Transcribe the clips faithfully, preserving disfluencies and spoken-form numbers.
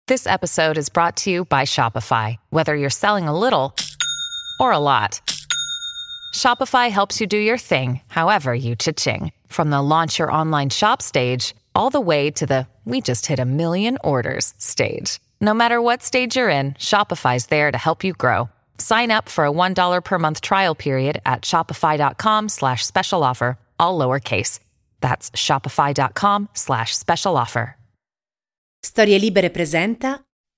This episode is brought to you by Shopify. Whether you're selling a little or a lot, Shopify helps you do your thing, however you cha-ching. From the launch your online shop stage, all the way to the we just hit a million orders stage. No matter what stage you're in, Shopify's there to help you grow. Sign up for a one dollar per month trial period at shopify.com slash special offer, all lowercase. That's shopify.com slash special offer. Storie Libere presenta.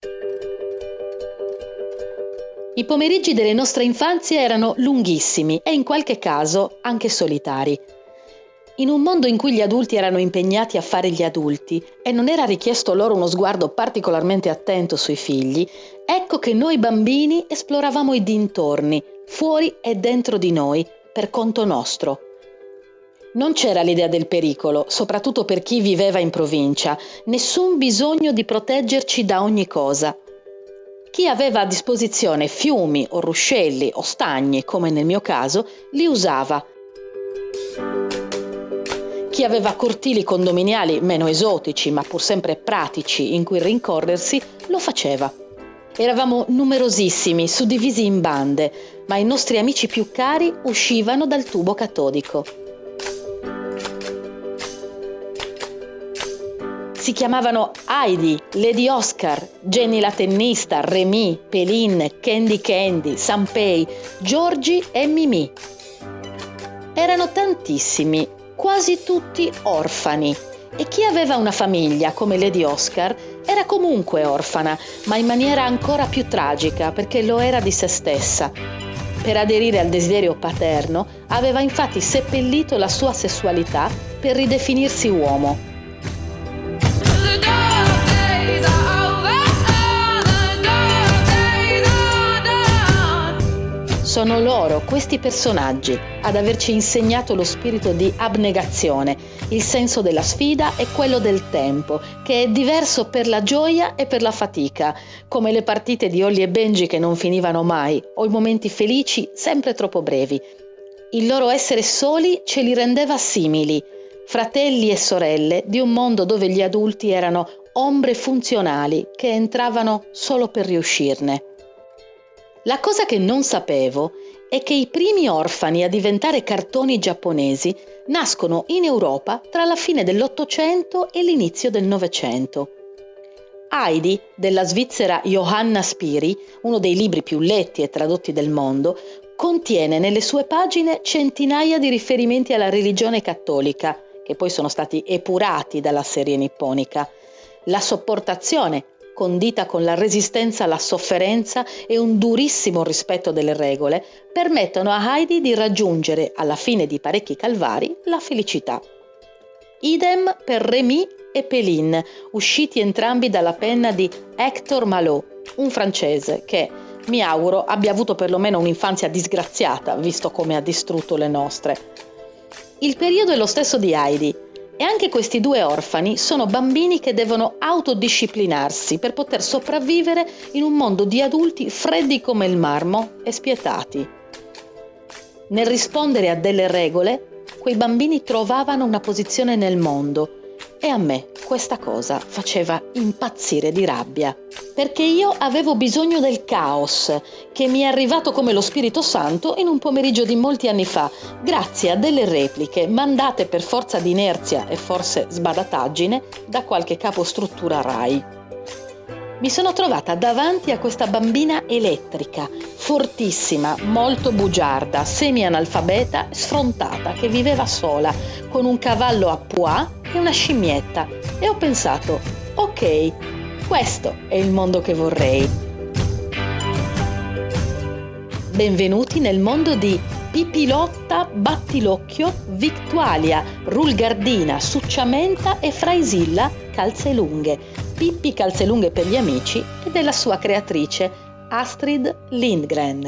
I pomeriggi delle nostre infanzie erano lunghissimi e in qualche caso anche solitari. In un mondo in cui gli adulti erano impegnati a fare gli adulti e non era richiesto loro uno sguardo particolarmente attento sui figli, ecco che noi bambini esploravamo i dintorni, fuori e dentro di noi, per conto nostro. Non c'era l'idea del pericolo, soprattutto per chi viveva in provincia, nessun bisogno di proteggerci da ogni cosa. Chi aveva a disposizione fiumi o ruscelli o stagni, come nel mio caso, li usava. Chi aveva cortili condominiali meno esotici, ma pur sempre pratici in cui rincorrersi, lo faceva. Eravamo numerosissimi, suddivisi in bande, ma i nostri amici più cari uscivano dal tubo catodico. Si chiamavano Heidi, Lady Oscar, Jenny la tennista, Remy, Pelin, Candy Candy, Sanpei, Giorgi e Mimì. Erano tantissimi, quasi tutti orfani, e chi aveva una famiglia come Lady Oscar era comunque orfana, ma in maniera ancora più tragica perché lo era di se stessa. Per aderire al desiderio paterno aveva infatti seppellito la sua sessualità per ridefinirsi uomo. Sono loro, questi personaggi, ad averci insegnato lo spirito di abnegazione, il senso della sfida e quello del tempo, che è diverso per la gioia e per la fatica, come le partite di Holly e Benji che non finivano mai, o i momenti felici sempre troppo brevi. Il loro essere soli ce li rendeva simili, fratelli e sorelle di un mondo dove gli adulti erano ombre funzionali che entravano solo per riuscirne. La cosa che non sapevo è che i primi orfani a diventare cartoni giapponesi nascono in Europa tra la fine dell'Ottocento e l'inizio del Novecento. Heidi, della svizzera Johanna Spiri, uno dei libri più letti e tradotti del mondo, contiene nelle sue pagine centinaia di riferimenti alla religione cattolica, che poi sono stati epurati dalla serie nipponica. La sopportazione, condita con la resistenza alla sofferenza e un durissimo rispetto delle regole, permettono a Heidi di raggiungere, alla fine di parecchi calvari, la felicità. Idem per Remy e Pelin, usciti entrambi dalla penna di Hector Malot, un francese che, mi auguro, abbia avuto perlomeno un'infanzia disgraziata, visto come ha distrutto le nostre. Il periodo è lo stesso di Heidi, e anche questi due orfani sono bambini che devono autodisciplinarsi per poter sopravvivere in un mondo di adulti freddi come il marmo e spietati. Nel rispondere a delle regole, quei bambini trovavano una posizione nel mondo, e a me questa cosa faceva impazzire di rabbia, perché io avevo bisogno del caos, che mi è arrivato come lo Spirito Santo in un pomeriggio di molti anni fa, grazie a delle repliche mandate per forza di inerzia e forse sbadataggine da qualche capostruttura Rai. Mi sono trovata davanti a questa bambina elettrica, fortissima, molto bugiarda, semi-analfabeta, sfrontata, che viveva sola, con un cavallo a pois e una scimmietta, e ho pensato, ok, questo è il mondo che vorrei. Benvenuti nel mondo di Pipilotta, Battilocchio, Victualia, Rulgardina, Succiamenta e Fraisilla Calzelunghe, Pippi Calzelunghe per gli amici, e della sua creatrice Astrid Lindgren.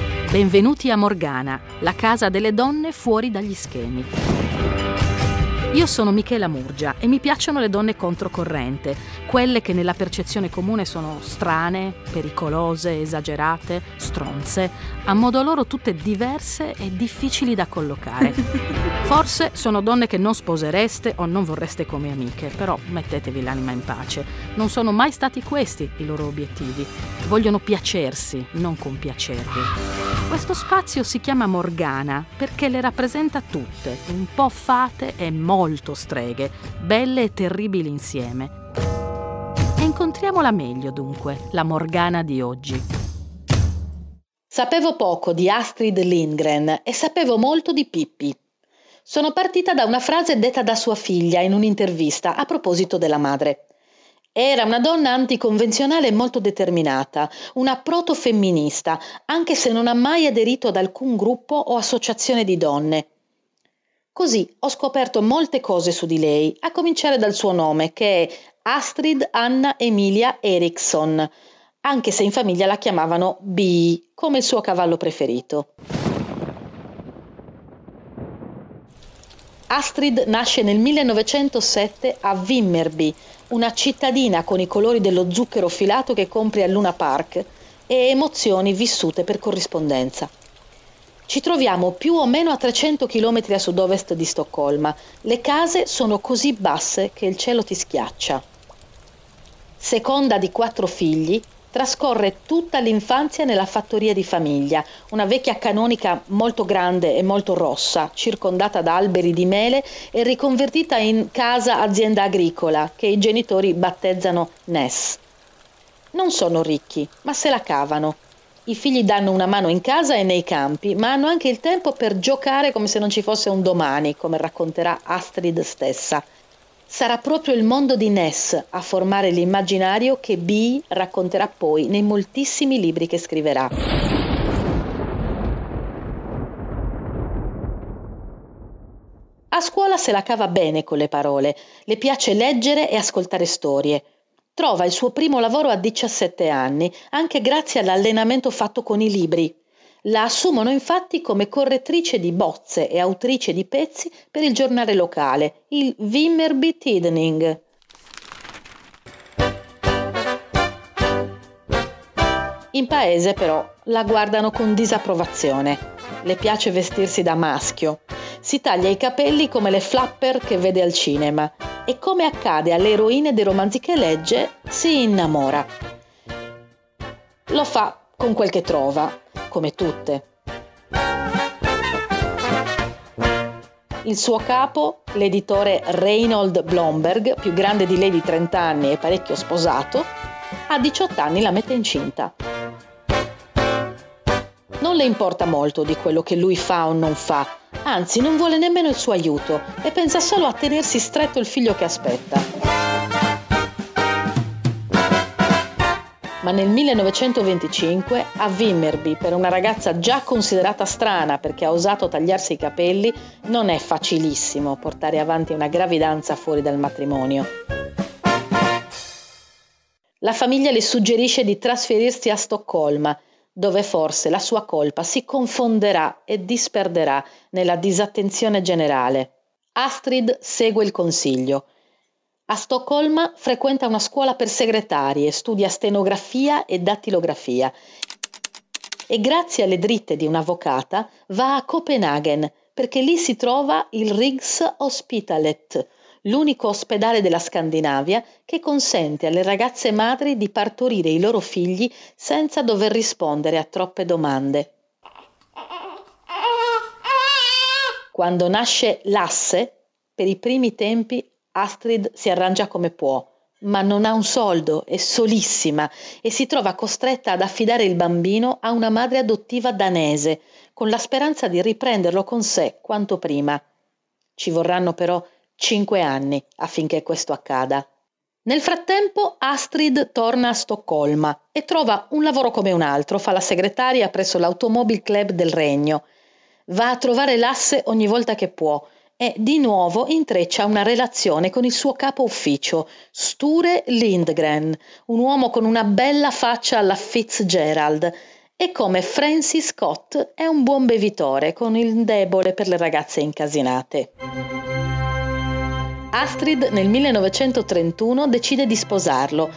Benvenuti a Morgana, la casa delle donne fuori dagli schemi. Io sono Michela Murgia e mi piacciono le donne controcorrente, quelle che nella percezione comune sono strane, pericolose, esagerate, stronze, a modo loro tutte diverse e difficili da collocare. Forse sono donne che non sposereste o non vorreste come amiche, però mettetevi l'anima in pace. Non sono mai stati questi i loro obiettivi. Vogliono piacersi, non compiacervi. Questo spazio si chiama Morgana perché le rappresenta tutte, un po' fate e molto streghe, belle e terribili insieme. E incontriamola meglio dunque, la Morgana di oggi. Sapevo poco di Astrid Lindgren e sapevo molto di Pippi. Sono partita da una frase detta da sua figlia in un'intervista a proposito della madre. Era una donna anticonvenzionale e molto determinata, una protofemminista, anche se non ha mai aderito ad alcun gruppo o associazione di donne. Così ho scoperto molte cose su di lei, a cominciare dal suo nome, che è Astrid Anna Emilia Eriksson, anche se in famiglia la chiamavano Bee, come il suo cavallo preferito. Astrid nasce nel millenovecentosette a Vimmerby, una cittadina con i colori dello zucchero filato che compri al Luna Park e emozioni vissute per corrispondenza. Ci troviamo più o meno a trecento chilometri a sud-ovest di Stoccolma. Le case sono così basse che il cielo ti schiaccia. Seconda di quattro figli, trascorre tutta l'infanzia nella fattoria di famiglia, una vecchia canonica molto grande e molto rossa, circondata da alberi di mele e riconvertita in casa azienda agricola, che i genitori battezzano Ness. Non sono ricchi, ma se la cavano. I figli danno una mano in casa e nei campi, ma hanno anche il tempo per giocare come se non ci fosse un domani, come racconterà Astrid stessa. Sarà proprio il mondo di Ness a formare l'immaginario che Bee racconterà poi nei moltissimi libri che scriverà. A scuola se la cava bene con le parole, le piace leggere e ascoltare storie. Trova il suo primo lavoro a diciassette anni, anche grazie all'allenamento fatto con i libri. La assumono infatti come correttrice di bozze e autrice di pezzi per il giornale locale, il Vimmerby Tidning. In paese però la guardano con disapprovazione. Le piace vestirsi da maschio. Si taglia i capelli come le flapper che vede al cinema e, come accade alle eroine dei romanzi che legge, si innamora. Lo fa con quel che trova, come tutte. Il suo capo, l'editore Reinhold Blomberg, più grande di lei di trenta anni e parecchio sposato, a diciotto anni la mette incinta. Non le importa molto di quello che lui fa o non fa, anzi non vuole nemmeno il suo aiuto e pensa solo a tenersi stretto il figlio che aspetta. Ma nel millenovecentoventicinque a Vimmerby, per una ragazza già considerata strana perché ha osato tagliarsi i capelli, non è facilissimo portare avanti una gravidanza fuori dal matrimonio. La famiglia le suggerisce di trasferirsi a Stoccolma, dove forse la sua colpa si confonderà e disperderà nella disattenzione generale. Astrid segue il consiglio. A Stoccolma frequenta una scuola per segretarie, studia stenografia e dattilografia e grazie alle dritte di un'avvocata va a Copenaghen perché lì si trova il Rigshospitalet, l'unico ospedale della Scandinavia che consente alle ragazze madri di partorire i loro figli senza dover rispondere a troppe domande. Quando nasce Lasse, per i primi tempi Astrid si arrangia come può, ma non ha un soldo, è solissima e si trova costretta ad affidare il bambino a una madre adottiva danese, con la speranza di riprenderlo con sé quanto prima. Ci vorranno però cinque anni affinché questo accada. Nel frattempo Astrid torna a Stoccolma e trova un lavoro come un altro, fa la segretaria presso l'Automobile Club del Regno. Va a trovare Lasse ogni volta che può e di nuovo intreccia una relazione con il suo capo ufficio, Sture Lindgren, un uomo con una bella faccia alla Fitzgerald e come Francis Scott è un buon bevitore con il debole per le ragazze incasinate. Astrid nel millenovecentotrentuno decide di sposarlo.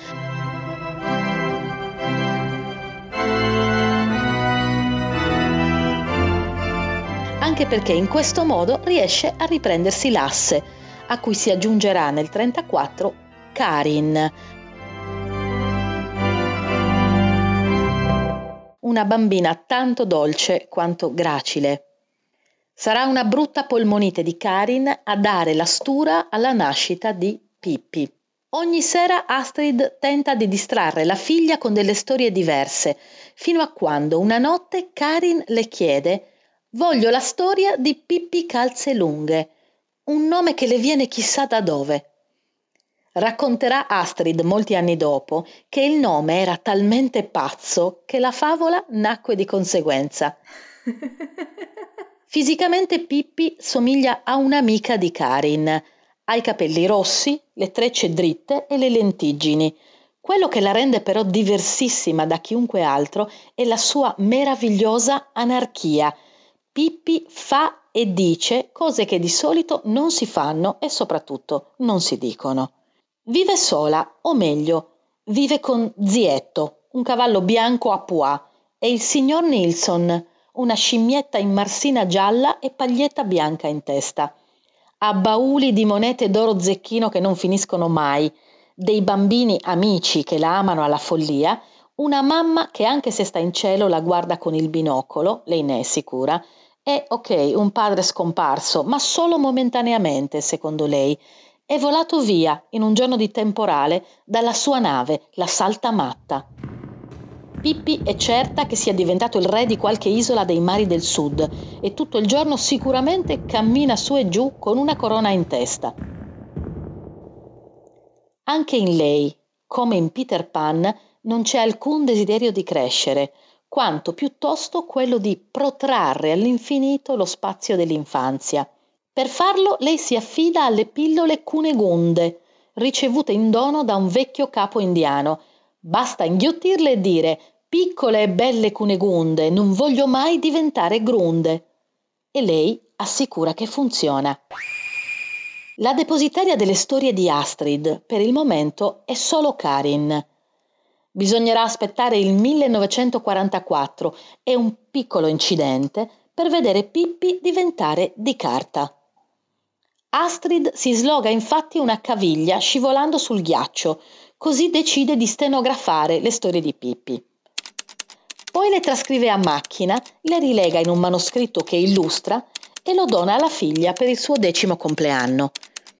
Anche perché in questo modo riesce a riprendersi l'asse, a cui si aggiungerà nel trentaquattro Karin, una bambina tanto dolce quanto gracile. Sarà una brutta polmonite di Karin a dare la stura alla nascita di Pippi. Ogni sera Astrid tenta di distrarre la figlia con delle storie diverse, fino a quando una notte Karin le chiede: «Voglio la storia di Pippi Calze Lunghe», un nome che le viene chissà da dove. Racconterà Astrid molti anni dopo che il nome era talmente pazzo che la favola nacque di conseguenza. Fisicamente Pippi somiglia a un'amica di Karin. Ha i capelli rossi, le trecce dritte e le lentiggini. Quello che la rende però diversissima da chiunque altro è la sua meravigliosa anarchia. Pippi fa e dice cose che di solito non si fanno e soprattutto non si dicono. Vive sola, o meglio, vive con Zietto, un cavallo bianco a pois, e il signor Nilsson, una scimmietta in marsina gialla e paglietta bianca in testa. Ha bauli di monete d'oro zecchino che non finiscono mai, dei bambini amici che la amano alla follia, una mamma che anche se sta in cielo la guarda con il binocolo, lei ne è sicura, e ok, un padre scomparso, ma solo momentaneamente, secondo lei. È volato via, in un giorno di temporale, dalla sua nave, la Saltamatta. Pippi è certa che sia diventato il re di qualche isola dei mari del sud e tutto il giorno sicuramente cammina su e giù con una corona in testa. Anche in lei, come in Peter Pan, non c'è alcun desiderio di crescere, quanto piuttosto quello di protrarre all'infinito lo spazio dell'infanzia. Per farlo lei si affida alle pillole Cunegonde, ricevute in dono da un vecchio capo indiano. Basta inghiottirle e dire: «Piccole e belle Cunegonde, non voglio mai diventare Grunde». E lei assicura che funziona. La depositaria delle storie di Astrid, per il momento, è solo Karin. Bisognerà aspettare il millenovecentoquarantaquattro e un piccolo incidente per vedere Pippi diventare di carta. Astrid si sloga infatti una caviglia scivolando sul ghiaccio, così decide di stenografare le storie di Pippi. Poi le trascrive a macchina, le rilega in un manoscritto che illustra e lo dona alla figlia per il suo decimo compleanno.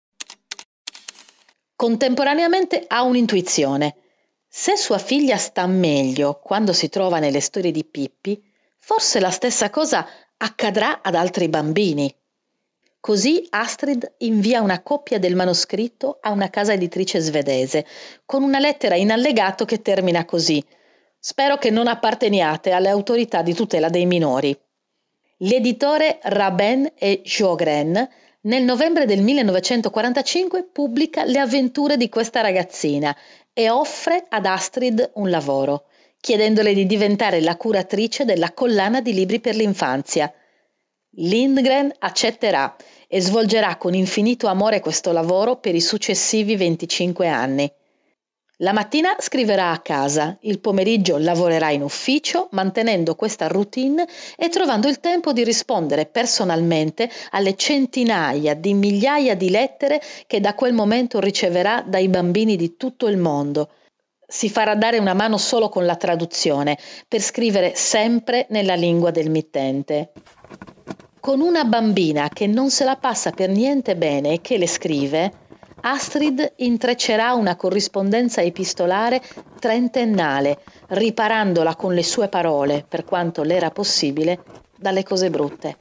Contemporaneamente ha un'intuizione. Se sua figlia sta meglio quando si trova nelle storie di Pippi, forse la stessa cosa accadrà ad altri bambini. Così Astrid invia una copia del manoscritto a una casa editrice svedese, con una lettera in allegato che termina così: «Spero che non apparteniate alle autorità di tutela dei minori». L'editore Rabin e Sjögren nel novembre del millenovecentoquarantacinque pubblica le avventure di questa ragazzina e offre ad Astrid un lavoro, chiedendole di diventare la curatrice della collana di libri per l'infanzia. Lindgren accetterà e svolgerà con infinito amore questo lavoro per i successivi venticinque anni. La mattina scriverà a casa, il pomeriggio lavorerà in ufficio, mantenendo questa routine e trovando il tempo di rispondere personalmente alle centinaia di migliaia di lettere che da quel momento riceverà dai bambini di tutto il mondo. Si farà dare una mano solo con la traduzione, per scrivere sempre nella lingua del mittente. Con una bambina che non se la passa per niente bene e che le scrive, Astrid intreccerà una corrispondenza epistolare trentennale, riparandola con le sue parole, per quanto le era possibile, dalle cose brutte.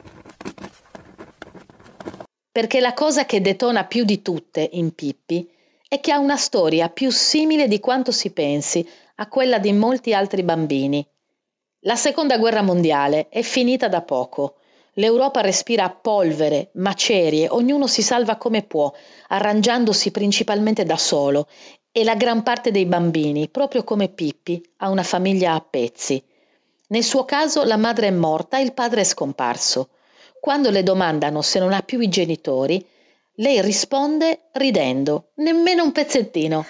Perché la cosa che detona più di tutte in Pippi è che ha una storia più simile di quanto si pensi a quella di molti altri bambini. La seconda guerra mondiale è finita da poco. L'Europa respira polvere, macerie, ognuno si salva come può, arrangiandosi principalmente da solo, e la gran parte dei bambini, proprio come Pippi, ha una famiglia a pezzi. Nel suo caso la madre è morta e il padre è scomparso. Quando le domandano se non ha più i genitori, Lei risponde ridendo, nemmeno un pezzettino.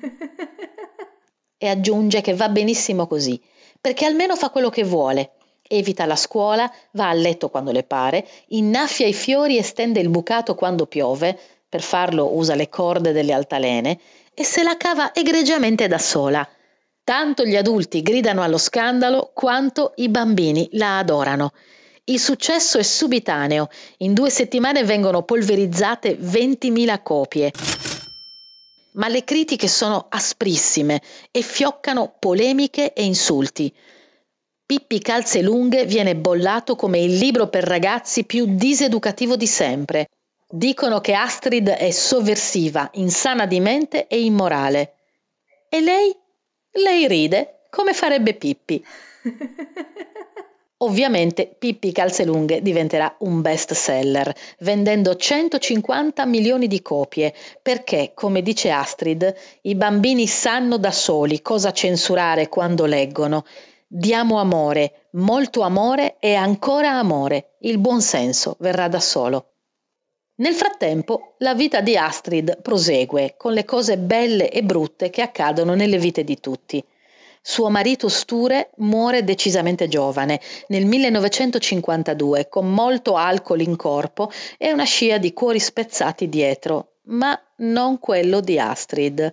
E aggiunge che va benissimo così, perché almeno fa quello che vuole. Evita la scuola, va a letto quando le pare, innaffia i fiori e stende il bucato quando piove, per farlo usa le corde delle altalene, e se la cava egregiamente da sola. Tanto gli adulti gridano allo scandalo quanto i bambini la adorano. Il successo è subitaneo, in due settimane vengono polverizzate ventimila copie. Ma le critiche sono asprissime e fioccano polemiche e insulti. Pippi Calzelunghe viene bollato come il libro per ragazzi più diseducativo di sempre. Dicono che Astrid è sovversiva, insana di mente e immorale. E lei? Lei ride, come farebbe Pippi. Ovviamente Pippi Calzelunghe diventerà un best seller, vendendo centocinquanta milioni di copie, perché, come dice Astrid, i bambini sanno da soli cosa censurare quando leggono. Diamo amore, molto amore e ancora amore. Il buon senso verrà da solo. Nel frattempo, la vita di Astrid prosegue con le cose belle e brutte che accadono nelle vite di tutti. Suo marito Sture muore decisamente giovane, nel millenovecentocinquantadue, con molto alcol in corpo e una scia di cuori spezzati dietro, ma non quello di Astrid.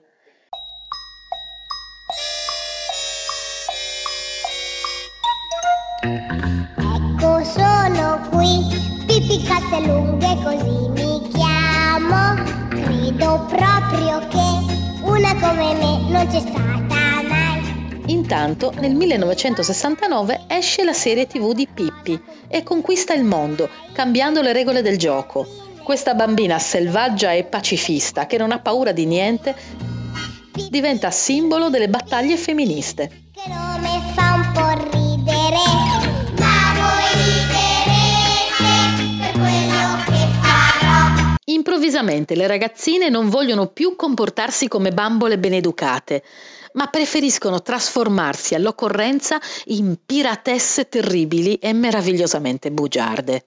Ecco, sono qui, Pippi Calzelunghe, così mi chiamo. Credo proprio che una come me non c'è stata mai. Intanto, nel millenovecentosessantanove esce la serie tivù di Pippi e conquista il mondo, cambiando le regole del gioco. Questa bambina selvaggia e pacifista, che non ha paura di niente, diventa simbolo delle battaglie femministe. Che nome fa un po' ridere, ma voi riderete per quello che farò. Improvvisamente le ragazzine non vogliono più comportarsi come bambole beneducate, ma preferiscono trasformarsi all'occorrenza in piratesse terribili e meravigliosamente bugiarde.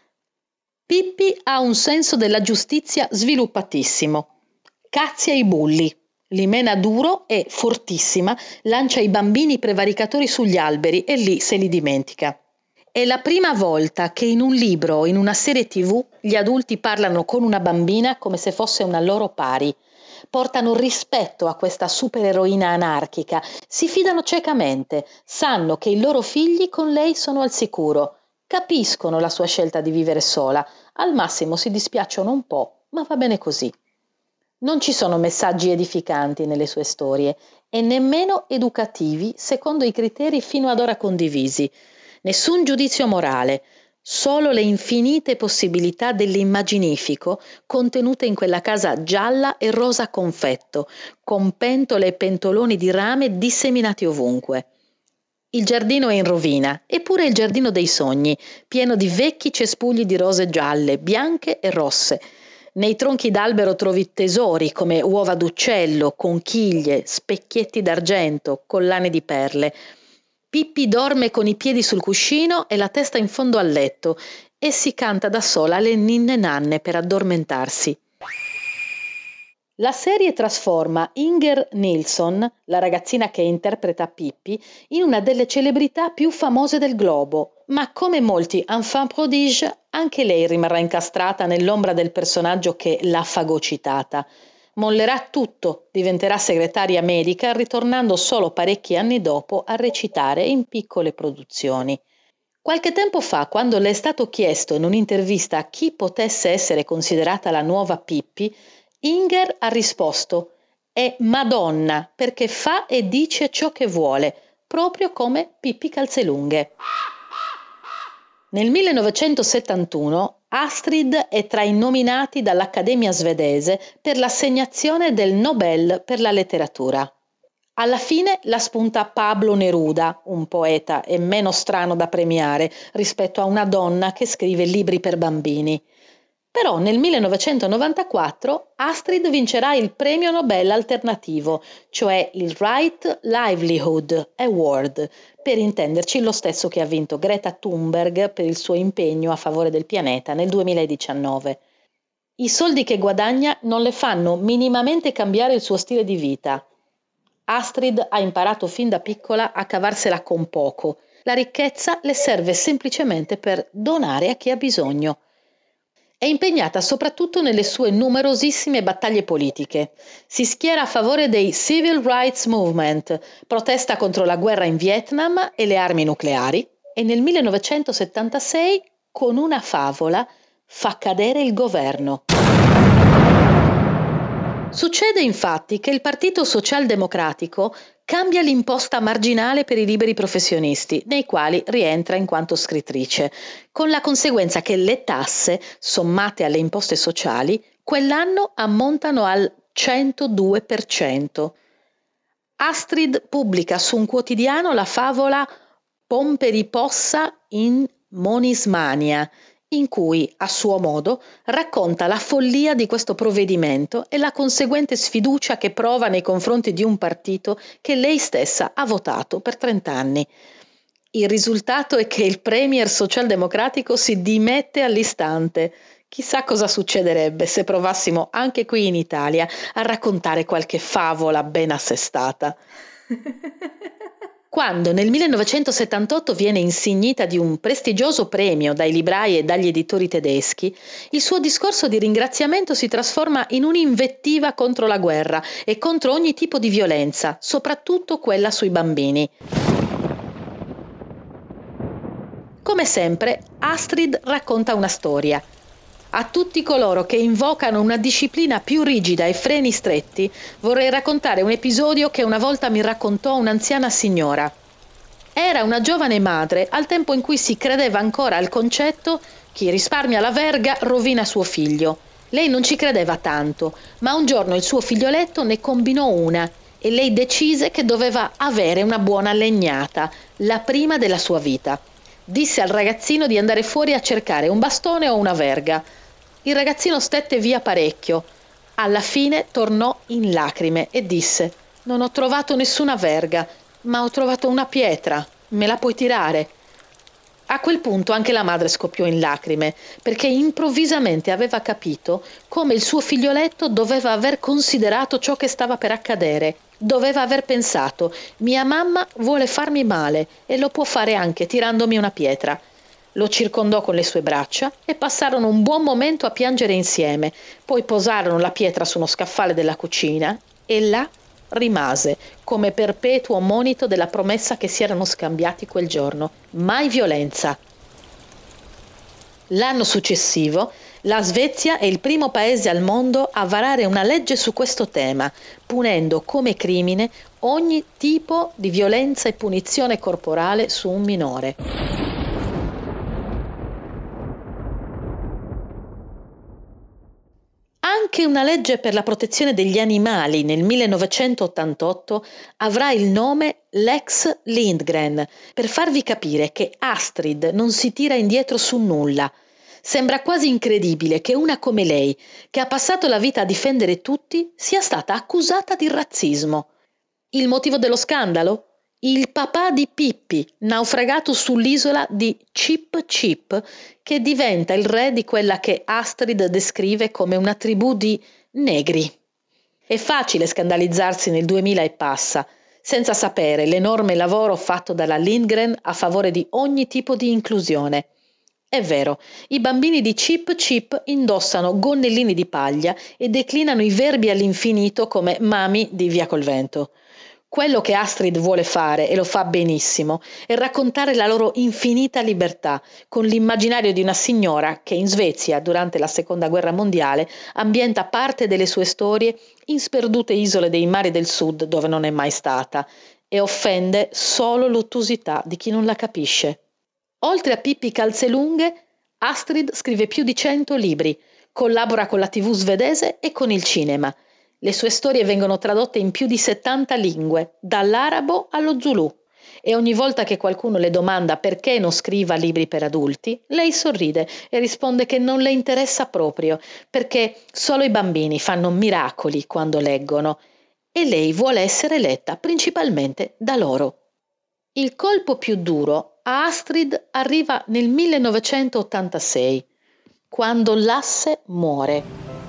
Pippi ha un senso della giustizia sviluppatissimo. Cazzia i bulli, li mena duro e, fortissima, lancia i bambini prevaricatori sugli alberi e lì se li dimentica. È la prima volta che in un libro o in una serie tivù gli adulti parlano con una bambina come se fosse una loro pari. Portano rispetto a questa supereroina anarchica, si fidano ciecamente, sanno che i loro figli con lei sono al sicuro, capiscono la sua scelta di vivere sola, al massimo si dispiacciono un po', ma va bene così. Non ci sono messaggi edificanti nelle sue storie e nemmeno educativi secondo i criteri fino ad ora condivisi. Nessun giudizio morale, solo le infinite possibilità dell'immaginifico contenute in quella casa gialla e rosa confetto, con pentole e pentoloni di rame disseminati ovunque. Il giardino è in rovina, eppure è il giardino dei sogni, pieno di vecchi cespugli di rose gialle, bianche e rosse. Nei tronchi d'albero trovi tesori come uova d'uccello, conchiglie, specchietti d'argento, collane di perle. Pippi dorme con i piedi sul cuscino e la testa in fondo al letto e si canta da sola le ninne nanne per addormentarsi. La serie trasforma Inger Nilsson, la ragazzina che interpreta Pippi, in una delle celebrità più famose del globo, ma come molti enfant prodige, anche lei rimarrà incastrata nell'ombra del personaggio che l'ha fagocitata. Mollerà tutto, diventerà segretaria medica, ritornando solo parecchi anni dopo a recitare in piccole produzioni. Qualche tempo fa, quando le è stato chiesto in un'intervista a chi potesse essere considerata la nuova Pippi, Inger ha risposto: è Madonna, perché fa e dice ciò che vuole, proprio come Pippi Calzelunghe. Nel millenovecentosettantuno Astrid è tra i nominati dall'Accademia svedese per l'assegnazione del Nobel per la letteratura. Alla fine la spunta Pablo Neruda, un poeta e meno strano da premiare rispetto a una donna che scrive libri per bambini. Però nel millenovecentonovantaquattro Astrid vincerà il premio Nobel alternativo, cioè il Right Livelihood Award, per intenderci lo stesso che ha vinto Greta Thunberg per il suo impegno a favore del pianeta nel duemiladiciannove. I soldi che guadagna non le fanno minimamente cambiare il suo stile di vita. Astrid ha imparato fin da piccola a cavarsela con poco. La ricchezza le serve semplicemente per donare a chi ha bisogno. È impegnata soprattutto nelle sue numerosissime battaglie politiche. Si schiera a favore dei Civil Rights Movement, protesta contro la guerra in Vietnam e le armi nucleari, e nel millenovecentosettantasei, con una favola, fa cadere il governo. Succede infatti che il Partito Socialdemocratico cambia l'imposta marginale per i liberi professionisti, nei quali rientra in quanto scrittrice, con la conseguenza che le tasse, sommate alle imposte sociali, quell'anno ammontano al centodue per cento. Astrid pubblica su un quotidiano la favola Pomperipossa in Monismania, in cui, a suo modo, racconta la follia di questo provvedimento e la conseguente sfiducia che prova nei confronti di un partito che lei stessa ha votato per trent'anni. Il risultato è che il premier socialdemocratico si dimette all'istante. Chissà cosa succederebbe se provassimo anche qui in Italia a raccontare qualche favola ben assestata. Quando nel millenovecentosettantotto viene insignita di un prestigioso premio dai librai e dagli editori tedeschi, il suo discorso di ringraziamento si trasforma in un'invettiva contro la guerra e contro ogni tipo di violenza, soprattutto quella sui bambini. Come sempre, Astrid racconta una storia. A tutti coloro che invocano una disciplina più rigida e freni stretti, vorrei raccontare un episodio che una volta mi raccontò un'anziana signora. Era una giovane madre al tempo in cui si credeva ancora al concetto «chi risparmia la verga rovina suo figlio». Lei non ci credeva tanto, ma un giorno il suo figlioletto ne combinò una e lei decise che doveva avere una buona legnata, la prima della sua vita. Disse al ragazzino di andare fuori a cercare un bastone o una verga. Il ragazzino stette via parecchio. Alla fine tornò in lacrime e disse: «Non ho trovato nessuna verga, ma ho trovato una pietra. Me la puoi tirare?» A quel punto anche la madre scoppiò in lacrime, perché improvvisamente aveva capito come il suo figlioletto doveva aver considerato ciò che stava per accadere. Doveva aver pensato: «Mia mamma vuole farmi male e lo può fare anche tirandomi una pietra». Lo circondò con le sue braccia e passarono un buon momento a piangere insieme. Poi posarono la pietra su uno scaffale della cucina e là rimase, come perpetuo monito della promessa che si erano scambiati quel giorno: mai violenza. L'anno successivo, la Svezia è il primo paese al mondo a varare una legge su questo tema, punendo come crimine ogni tipo di violenza e punizione corporale su un minore. Anche una legge per la protezione degli animali nel millenovecentottantotto avrà il nome Lex Lindgren, per farvi capire che Astrid non si tira indietro su nulla. Sembra quasi incredibile che una come lei, che ha passato la vita a difendere tutti, sia stata accusata di razzismo. Il motivo dello scandalo? Il papà di Pippi, naufragato sull'isola di Chip Chip, che diventa il re di quella che Astrid descrive come una tribù di negri. È facile scandalizzarsi nel duemila e passa, senza sapere l'enorme lavoro fatto dalla Lindgren a favore di ogni tipo di inclusione. È vero, i bambini di Chip Chip indossano gonnellini di paglia e declinano i verbi all'infinito come mami di Via col Vento. Quello che Astrid vuole fare, e lo fa benissimo, è raccontare la loro infinita libertà, con l'immaginario di una signora che in Svezia, durante la Seconda Guerra Mondiale, ambienta parte delle sue storie in sperdute isole dei mari del sud dove non è mai stata, e offende solo l'ottusità di chi non la capisce. Oltre a Pippi Calzelunghe, Astrid scrive più di cento libri, collabora con la tivù svedese e con il cinema. Le sue storie vengono tradotte in più di settanta lingue, dall'arabo allo zulù, e ogni volta che qualcuno le domanda perché non scriva libri per adulti, lei sorride e risponde che non le interessa proprio, perché solo i bambini fanno miracoli quando leggono, e lei vuole essere letta principalmente da loro. Il colpo più duro a Astrid arriva nel millenovecentottantasei, quando l'asse muore.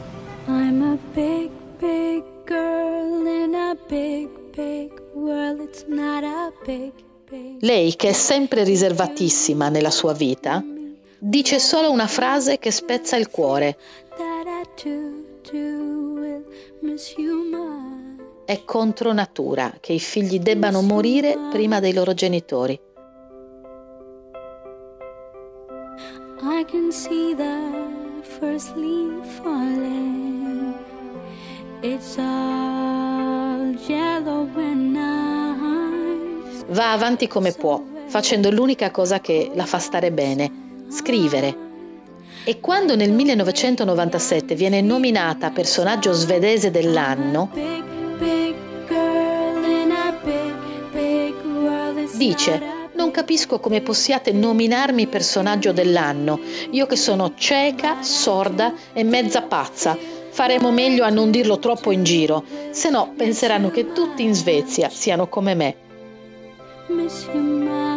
a big, big girl in a big, big world. It's not a big, big. Lei, che è sempre riservatissima nella sua vita, dice solo una frase che spezza il cuore. È contro natura che i figli debbano morire prima dei loro genitori. I can see the first leaf falling. It's all yellow and nice. Va avanti come può, facendo l'unica cosa che la fa stare bene, scrivere. E quando nel millenovecentonovantasette viene nominata personaggio svedese dell'anno, dice: non capisco come possiate nominarmi personaggio dell'anno, io che sono cieca, sorda e mezza pazza. Faremo meglio a non dirlo troppo in giro, se no penseranno che tutti in Svezia siano come me. Miss you much.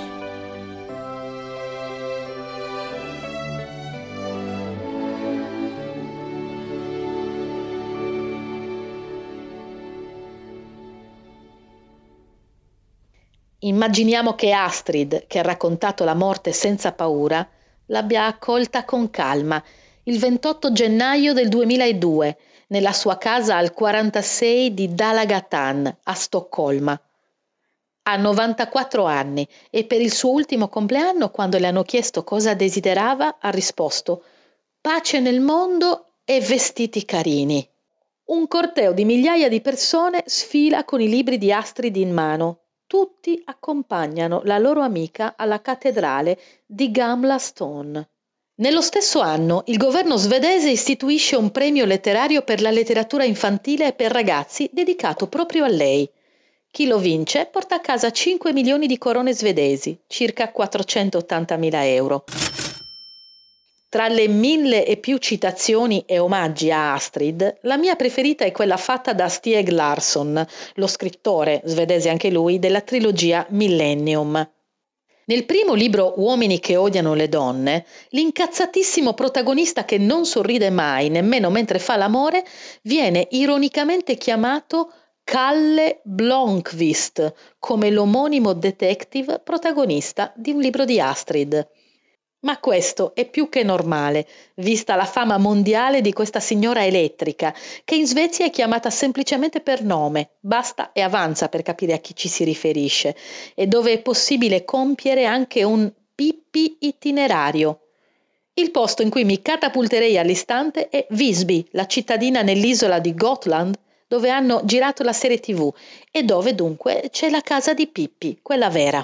Immaginiamo che Astrid, che ha raccontato la morte senza paura, l'abbia accolta con calma il ventotto gennaio del duemiladue nella sua casa al quarantasei di Dalagatan a Stoccolma. Ha novantaquattro anni e per il suo ultimo compleanno, quando le hanno chiesto cosa desiderava, ha risposto: pace nel mondo e vestiti carini. Un corteo di migliaia di persone sfila con i libri di Astrid in mano. Tutti accompagnano la loro amica alla cattedrale di Gamla Stan. Nello stesso anno il governo svedese istituisce un premio letterario per la letteratura infantile e per ragazzi dedicato proprio a lei. Chi lo vince porta a casa cinque milioni di corone svedesi, circa quattrocentottantamila euro. Tra le mille e più citazioni e omaggi a Astrid, la mia preferita è quella fatta da Stieg Larsson, lo scrittore, svedese anche lui, della trilogia Millennium. Nel primo libro Uomini che odiano le donne, l'incazzatissimo protagonista che non sorride mai, nemmeno mentre fa l'amore, viene ironicamente chiamato Kalle Blomqvist, come l'omonimo detective protagonista di un libro di Astrid. Ma questo è più che normale, vista la fama mondiale di questa signora elettrica, che in Svezia è chiamata semplicemente per nome, basta e avanza per capire a chi ci si riferisce, e dove è possibile compiere anche un pipì itinerario. Il posto in cui mi catapulterei all'istante è Visby, la cittadina nell'isola di Gotland, dove hanno girato la serie tivù, e dove dunque c'è la casa di Pippi, quella vera.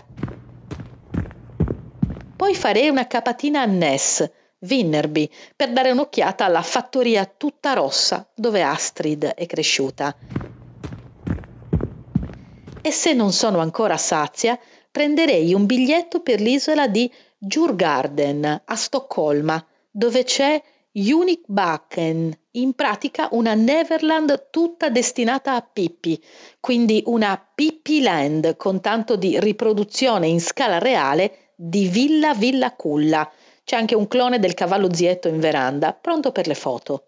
Poi farei una capatina a Ness, Vimmerby, per dare un'occhiata alla fattoria tutta rossa dove Astrid è cresciuta. E se non sono ancora sazia, prenderei un biglietto per l'isola di Djurgården a Stoccolma, dove c'è Unikbaken, in pratica una Neverland tutta destinata a Pippi, quindi una Pippi Land con tanto di riproduzione in scala reale di Villa Villa Kulla. C'è anche un clone del cavallo Zietto in veranda, pronto per le foto.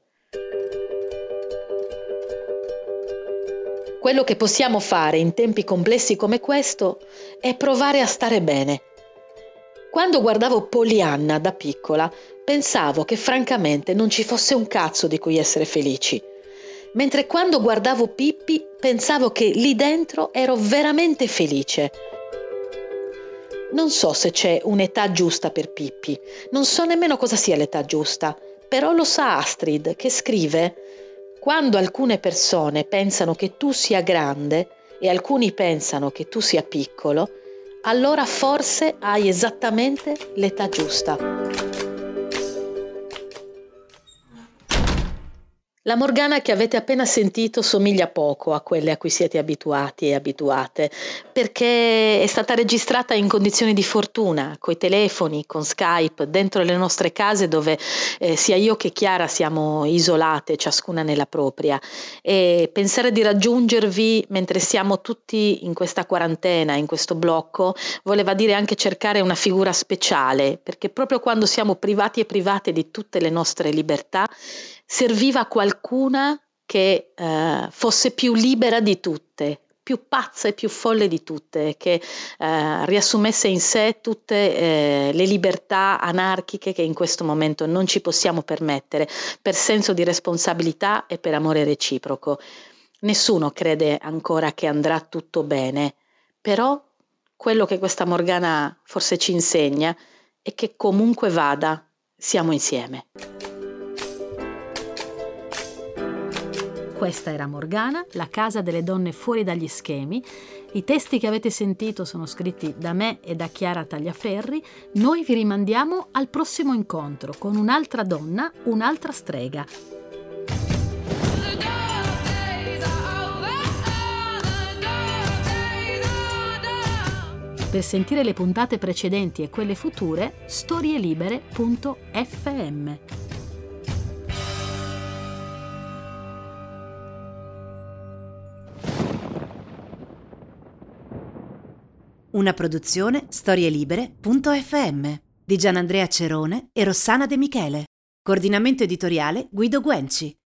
Quello che possiamo fare in tempi complessi come questo è provare a stare bene. Quando guardavo Pollyanna da piccola, pensavo che francamente non ci fosse un cazzo di cui essere felici. Mentre quando guardavo Pippi, pensavo che lì dentro ero veramente felice. Non so se c'è un'età giusta per Pippi, non so nemmeno cosa sia l'età giusta, però lo sa Astrid, che scrive: quando alcune persone pensano che tu sia grande e alcuni pensano che tu sia piccolo, allora forse hai esattamente l'età giusta. La Morgana che avete appena sentito somiglia poco a quelle a cui siete abituati e abituate, perché è stata registrata in condizioni di fortuna, coi telefoni, con Skype, dentro le nostre case dove eh, sia io che Chiara siamo isolate, ciascuna nella propria, e pensare di raggiungervi mentre siamo tutti in questa quarantena, in questo blocco, voleva dire anche cercare una figura speciale, perché proprio quando siamo privati e private di tutte le nostre libertà, serviva qualcuna che eh, fosse più libera di tutte, più pazza e più folle di tutte, che eh, riassumesse in sé tutte eh, le libertà anarchiche che in questo momento non ci possiamo permettere, per senso di responsabilità e per amore reciproco. Nessuno crede ancora che andrà tutto bene, però quello che questa Morgana forse ci insegna è che comunque vada, siamo insieme. Questa era Morgana, la casa delle donne fuori dagli schemi. I testi che avete sentito sono scritti da me e da Chiara Tagliaferri. Noi vi rimandiamo al prossimo incontro con un'altra donna, un'altra strega. Per sentire le puntate precedenti e quelle future, storielibere punto effe emme. Una produzione storielibere punto effe emme di Gianandrea Cerone e Rossana De Michele. Coordinamento editoriale Guido Guenci.